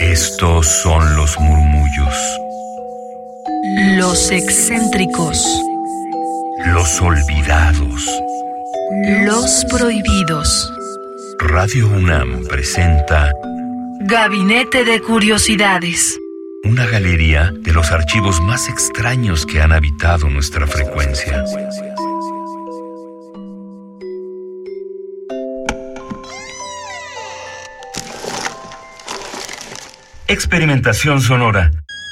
Estos son los murmullos. Los excéntricos. Los olvidados. Los prohibidos. Radio UNAM presenta Gabinete de Curiosidades. Una galería de los archivos más extraños que han habitado nuestra frecuencia. Experimentación sonora.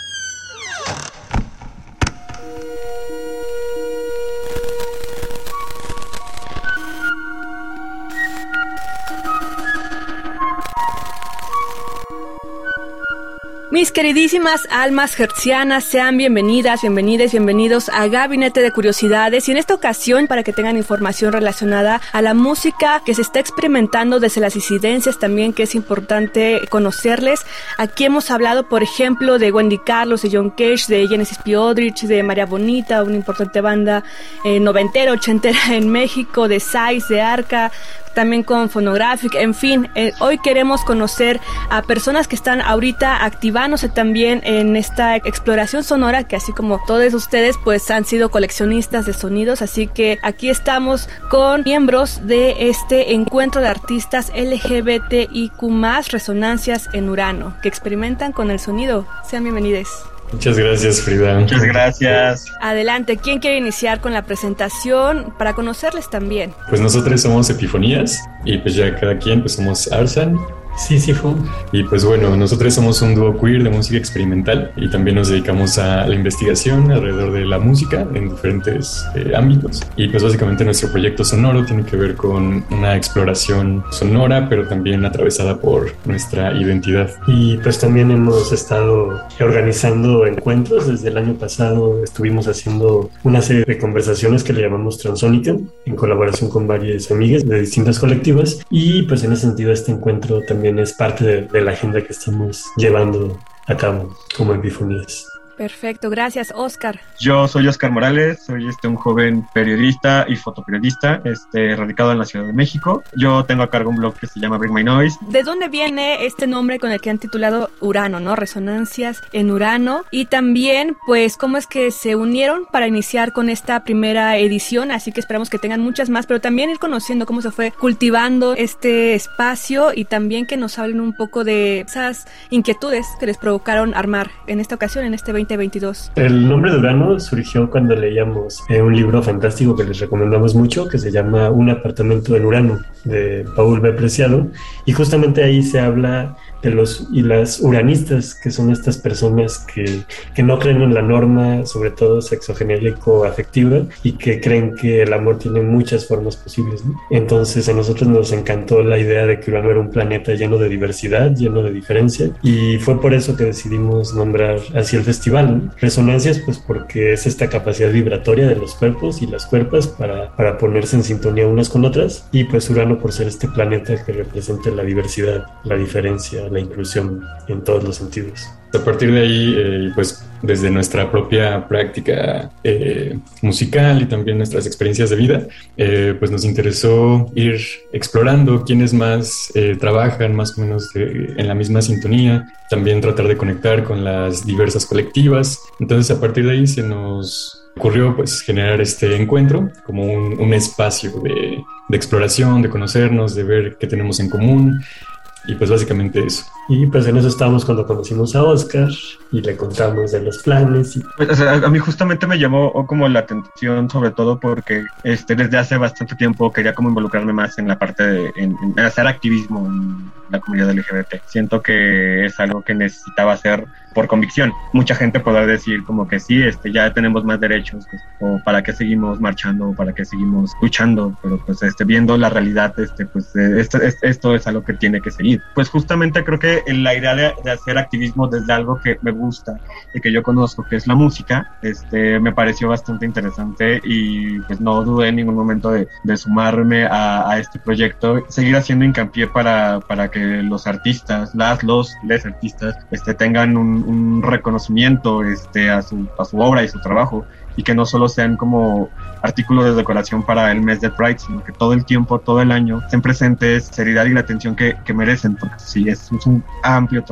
Mis queridísimas almas hertzianas, sean bienvenidas, bienvenidos a Gabinete de Curiosidades, y en esta ocasión para que tengan información relacionada a la música que se está experimentando desde las disidencias también, que es importante conocerles. Aquí hemos hablado, por ejemplo, de Wendy Carlos, de John Cage, de Genesis P. Aldrich, de María Bonita, una importante banda noventera, ochentera en México, de Size, de Arca, también con Phonographic, en fin. Hoy queremos conocer a personas que están ahorita activándose también en esta exploración sonora, que así como todos ustedes pues han sido coleccionistas de sonidos, así que aquí estamos con miembros de este encuentro de artistas LGBTIQ+, Resonancias en Urano, que experimentan con el sonido. Sean bienvenidos. Muchas gracias, Frida. Muchas gracias. Adelante, ¿quién quiere iniciar con la presentación para conocerles también? Pues nosotros somos Epifonías y pues ya cada quien pues somos Arsan, Sísifo, y pues bueno, nosotros somos un dúo queer de música experimental y también nos dedicamos a la investigación alrededor de la música en diferentes ámbitos, y pues básicamente nuestro proyecto sonoro tiene que ver con una exploración sonora pero también atravesada por nuestra identidad. Y pues también hemos estado organizando encuentros. Desde el año pasado estuvimos haciendo una serie de conversaciones que le llamamos Transónica, en colaboración con varias amigas de distintas colectivas, y pues en ese sentido este encuentro también es parte de la agenda que estamos llevando a cabo como Epifonías. Perfecto, gracias. Oscar. Yo soy Oscar Morales, soy un joven periodista y fotoperiodista radicado en la Ciudad de México. Yo tengo a cargo un blog que se llama Bring My Noise. ¿De dónde viene este nombre con el que han titulado Urano, ¿no? Resonancias en Urano. Y también, pues, ¿cómo es que se unieron para iniciar con esta primera edición? Así que esperamos que tengan muchas más, pero también ir conociendo cómo se fue cultivando este espacio, y también que nos hablen un poco de esas inquietudes que les provocaron armar en esta ocasión, en este 2022. El nombre de Urano surgió cuando leíamos un libro fantástico que les recomendamos mucho, que se llama Un apartamento en Urano, de Paul B. Preciado, y justamente ahí se habla de los y las uranistas, que son estas personas que no creen en la norma, sobre todo sexogenérico-afectiva, y que creen que el amor tiene muchas formas posibles, ¿no? Entonces a nosotros nos encantó la idea de que Urano era un planeta lleno de diversidad, lleno de diferencia, y fue por eso que decidimos nombrar así el festival, ¿no? Resonancias, pues porque es esta capacidad vibratoria de los cuerpos y las cuerpas para ponerse en sintonía unas con otras, y pues Urano por ser este planeta que representa la diversidad, la diferencia, la inclusión en todos los sentidos. A partir de ahí, pues desde nuestra propia práctica musical y también nuestras experiencias de vida, pues nos interesó ir explorando quiénes más trabajan más o menos en la misma sintonía, también tratar de conectar con las diversas colectivas. Entonces a partir de ahí se nos ocurrió pues generar este encuentro como un espacio de exploración, de conocernos, de ver qué tenemos en común. Y pues básicamente eso. Y pues en eso estábamos cuando conocimos a Oscar y le contamos de los planes. Pues, o sea, a mí justamente me llamó como la atención, sobre todo porque desde hace bastante tiempo quería como involucrarme más en la parte de en hacer activismo en la comunidad LGBT. Siento que es algo que necesitaba hacer por convicción. Mucha gente podrá decir como que sí, ya tenemos más derechos, pues, o para qué seguimos marchando, o para qué seguimos luchando, pero pues viendo la realidad, pues esto es algo que tiene que seguir. Pues justamente creo que la idea de hacer activismo desde algo que me gusta y que yo conozco, que es la música, me pareció bastante interesante, y pues no dudé en ningún momento de sumarme a este proyecto, seguir haciendo hincapié para que los artistas, les artistas, tengan un reconocimiento a su obra y su trabajo, y que no solo sean como artículos de decoración para el mes de Pride, sino que todo el tiempo, todo el año, estén presentes, seriedad y la atención que merecen, porque sí, es un amplio trabajo.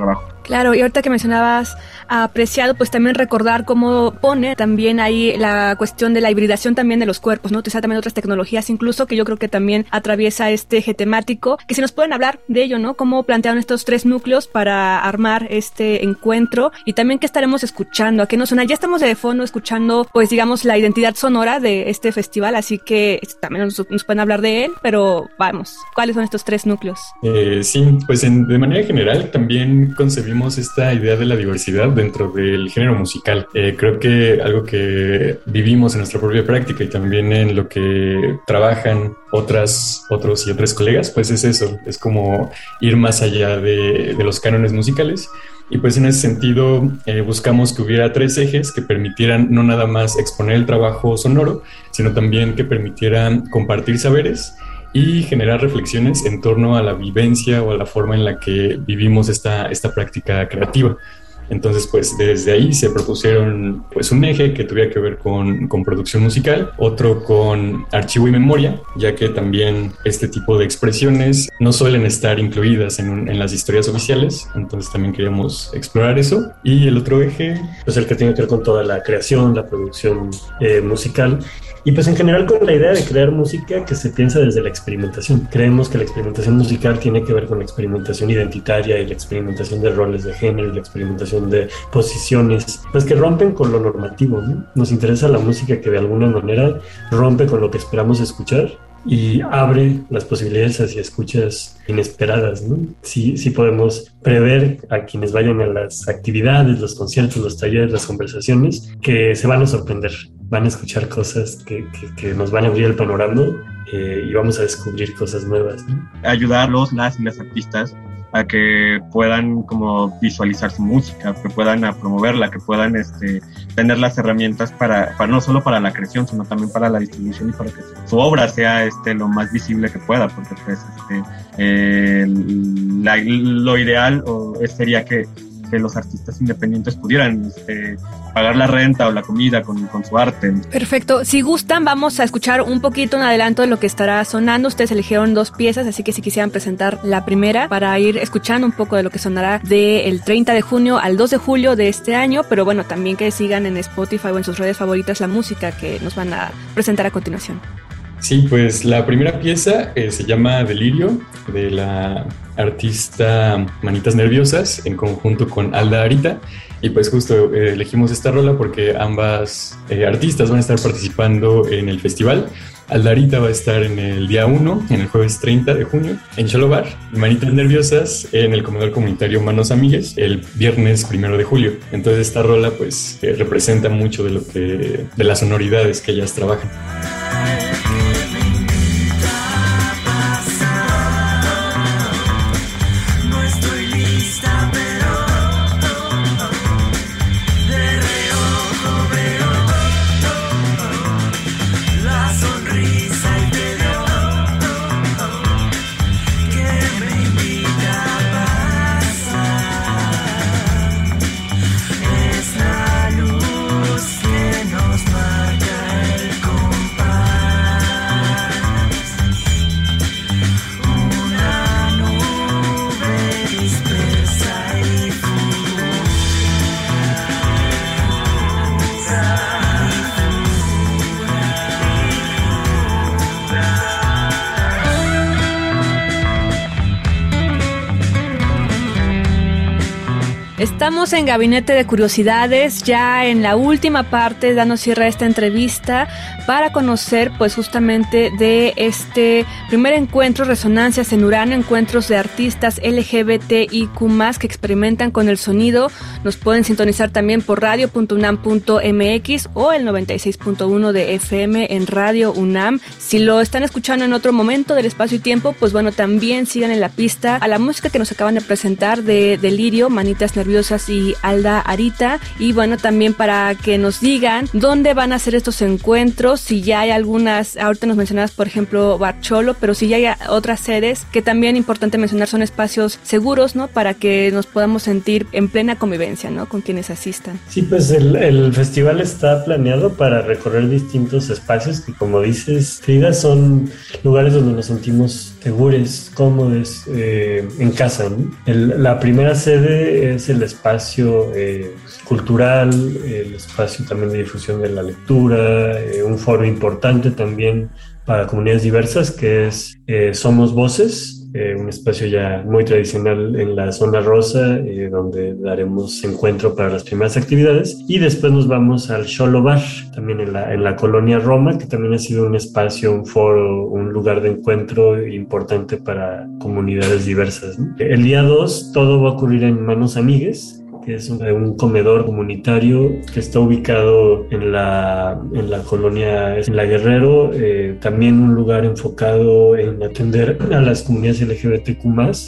Claro, y ahorita que mencionabas a Preciado, pues también recordar cómo pone también ahí la cuestión de la hibridación también de los cuerpos, ¿no? Utilizar también otras tecnologías incluso, que yo creo que también atraviesa este eje temático, que si nos pueden hablar de ello, ¿no? Cómo plantearon estos 3 núcleos para armar este encuentro y también qué estaremos escuchando, a qué nos suena. Ya estamos de fondo escuchando, pues digamos, la identidad sonora de este festival, así que también nos pueden hablar de él, pero vamos, ¿cuáles son estos 3 núcleos? Sí, pues de manera general también concebimos esta idea de la diversidad dentro del género musical. Creo que algo que vivimos en nuestra propia práctica y también en lo que trabajan otros y otras colegas, pues es eso, es como ir más allá de los cánones musicales. Y pues en ese sentido buscamos que hubiera 3 ejes que permitieran no nada más exponer el trabajo sonoro, sino también que permitieran compartir saberes y generar reflexiones en torno a la vivencia o a la forma en la que vivimos esta práctica creativa. Entonces, pues desde ahí se propusieron pues un eje que tuviera que ver con producción musical, otro con archivo y memoria, ya que también este tipo de expresiones no suelen estar incluidas en las historias oficiales, entonces también queríamos explorar eso. Y el otro eje, pues el que tiene que ver con toda la creación, la producción musical. Y pues en general con la idea de crear música que se piensa desde la experimentación. Creemos que la experimentación musical tiene que ver con la experimentación identitaria y la experimentación de roles de género y la experimentación de posiciones, pues que rompen con lo normativo, ¿no? Nos interesa la música que de alguna manera rompe con lo que esperamos escuchar y abre las posibilidades hacia escuchas inesperadas, ¿no? Sí podemos prever a quienes vayan a las actividades, los conciertos, los talleres, las conversaciones, que se van a sorprender, van a escuchar cosas que nos van a abrir el panorama y vamos a descubrir cosas nuevas, ¿no? Ayudarlos, las y las artistas, a que puedan como visualizar su música, que puedan promoverla, que puedan tener las herramientas para no solo para la creación, sino también para la distribución y para que su obra sea lo más visible que pueda, porque pues lo ideal sería que los artistas independientes pudieran pagar la renta o la comida con su arte. Perfecto. Si gustan, vamos a escuchar un poquito, un adelanto de lo que estará sonando. Ustedes eligieron 2 piezas, así que si quisieran presentar la primera para ir escuchando un poco de lo que sonará del 30 de junio al 2 de julio de este año, pero bueno, también que sigan en Spotify o en sus redes favoritas la música que nos van a presentar a continuación. Sí, pues la primera pieza se llama Delirio, de la artista Manitas Nerviosas, en conjunto con Alda Arita. Y pues justo elegimos esta rola porque ambas artistas van a estar participando en el festival. Alda Arita va a estar en el día 1, en el jueves 30 de junio, en Xolobar. Y Manitas Nerviosas en el comedor comunitario Manos Amigues, el viernes 1 de julio. Entonces esta rola pues representa mucho de las sonoridades que ellas trabajan. Estamos en Gabinete de Curiosidades, ya en la última parte, dando cierre a esta entrevista para conocer pues justamente de este primer encuentro Resonancias en Urano, encuentros de artistas LGBTIQ+, que experimentan con el sonido. Nos pueden sintonizar también por radio.unam.mx o el 96.1 de FM en Radio UNAM. Si lo están escuchando en otro momento del espacio y tiempo, pues bueno, también sigan en la pista a la música que nos acaban de presentar de Delirio, Manitas Nerviosas y Alda Arita. Y bueno, también para que nos digan dónde van a ser estos encuentros, si ya hay algunas, ahorita nos mencionabas por ejemplo Barcholo, pero si ya hay otras sedes, que también importante mencionar son espacios seguros, ¿no? Para que nos podamos sentir en plena convivencia, ¿no? Con quienes asistan. Sí, pues el festival está planeado para recorrer distintos espacios que, como dices, Frida, son lugares donde nos sentimos seguros, cómodos, en casa, ¿no? La primera sede es el el espacio cultural, el espacio también de difusión de la lectura, un foro importante también para comunidades diversas que es Somos Voces, un espacio ya muy tradicional en la zona rosa, donde daremos encuentro para las primeras actividades, y después nos vamos al Xolo Bar, también en la colonia Roma, que también ha sido un espacio, un foro, un lugar de encuentro importante para comunidades diversas, ¿no? El día 2 todo va a ocurrir en Manos Amigues, que es un comedor comunitario que está ubicado en la colonia, en la Guerrero, también un lugar enfocado en atender a las comunidades LGBTQ+,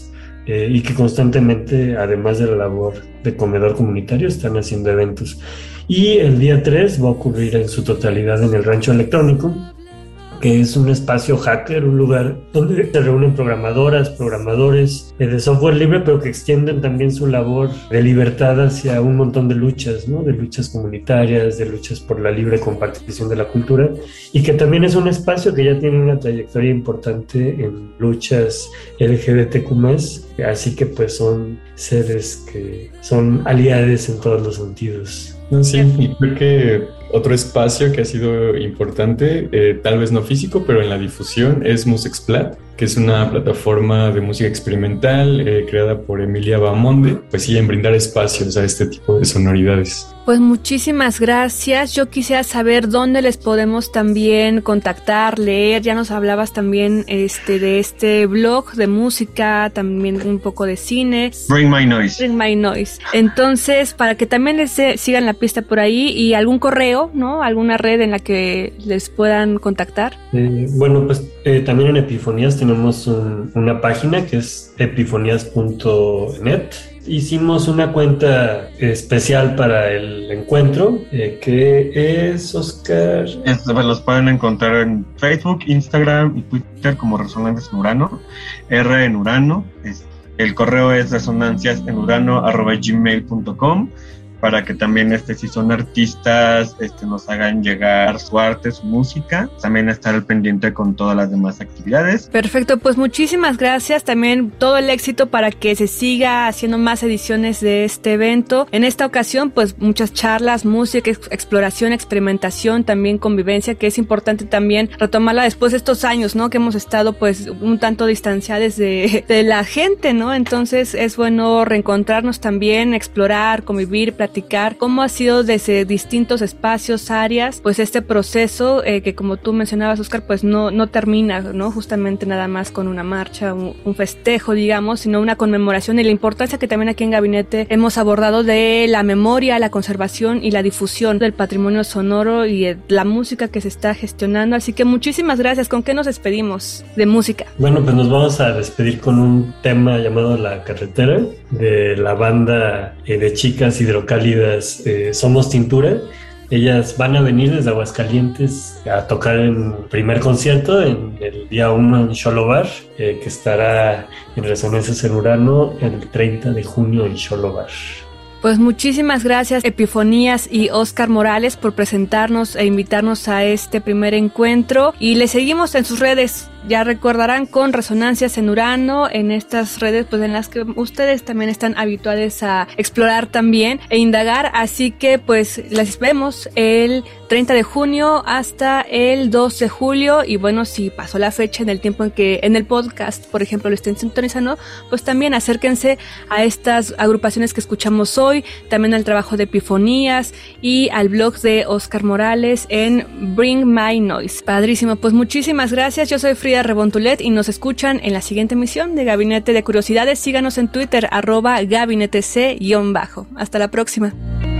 y que constantemente, además de la labor de comedor comunitario, están haciendo eventos. Y el día 3 va a ocurrir en su totalidad en el Rancho Electrónico, que es un espacio hacker, un lugar donde se reúnen programadores de software libre, pero que extienden también su labor de libertad hacia un montón de luchas, ¿no? De luchas comunitarias, de luchas por la libre compartición de la cultura, y que también es un espacio que ya tiene una trayectoria importante en luchas LGBTQ+, así que pues son seres que son aliados en todos los sentidos. Sí, y creo que otro espacio que ha sido importante, tal vez no físico, pero en la difusión, es Musexplat, que es una plataforma de música experimental creada por Emilia Bahamonde, pues sí, en brindar espacios a este tipo de sonoridades. Pues muchísimas gracias. Yo quisiera saber dónde les podemos también contactar, leer. Ya nos hablabas también de este blog de música, también un poco de cine. Bring My Noise. Bring My Noise. Entonces, para que también les sigan la pista por ahí, y algún correo, ¿no? Alguna red en la que les puedan contactar. Bueno, pues también en Epifonías tenemos una página que es epifonías.net. Hicimos una cuenta especial para el encuentro, que es, Oscar... Los pueden encontrar en Facebook, Instagram y Twitter como Resonancias en Urano, R en Urano. El correo es resonanciasenurano@gmail.com, para que también si son artistas nos hagan llegar su arte, su música, también estar al pendiente con todas las demás actividades. Perfecto, pues muchísimas gracias, también todo el éxito para que se siga haciendo más ediciones de este evento. En esta ocasión pues muchas charlas, música, exploración, experimentación, también convivencia, que es importante también retomarla después de estos años, ¿no? Que hemos estado pues un tanto distanciados de la gente, ¿no? Entonces es bueno reencontrarnos también, explorar, convivir, platicar cómo ha sido desde distintos espacios, áreas, pues este proceso que como tú mencionabas, Oscar, pues no termina, ¿no? Justamente nada más con una marcha, un festejo, digamos, sino una conmemoración, y la importancia que también aquí en Gabinete hemos abordado de la memoria, la conservación y la difusión del patrimonio sonoro y la música que se está gestionando. Así que muchísimas gracias. ¿Con qué nos despedimos de música? Bueno, pues nos vamos a despedir con un tema llamado La Carretera, de la banda de chicas hidrocálidas Somos Tintura. Ellas van a venir desde Aguascalientes a tocar en primer concierto en el día 1 en Xolo Bar, que estará en Resonancias en Urano el 30 de junio en Xolo Bar. Pues muchísimas gracias, Epifonías y Oscar Morales, por presentarnos e invitarnos a este primer encuentro, y les seguimos en sus redes. Ya recordarán, con Resonancias en Urano, en estas redes pues en las que ustedes también están habituados a explorar también e indagar, así que pues les vemos el 30 de junio hasta el 2 de julio, y bueno, si pasó la fecha en el tiempo en que en el podcast, por ejemplo, lo estén sintonizando, pues también acérquense a estas agrupaciones que escuchamos hoy, también al trabajo de Epifonías y al blog de Oscar Morales en Bring My Noise. Padrísimo, pues muchísimas gracias. Yo soy Frida Rebontulet y nos escuchan en la siguiente emisión de Gabinete de Curiosidades. Síganos en Twitter, @gabinetec_. Hasta la próxima.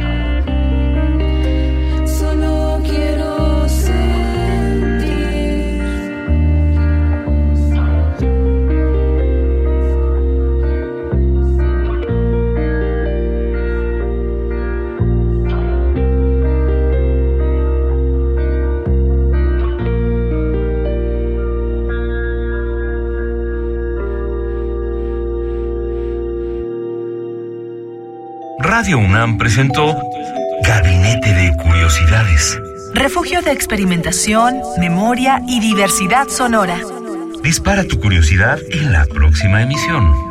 Radio UNAM presentó Gabinete de Curiosidades. Refugio de experimentación, memoria y diversidad sonora. Dispara tu curiosidad en la próxima emisión.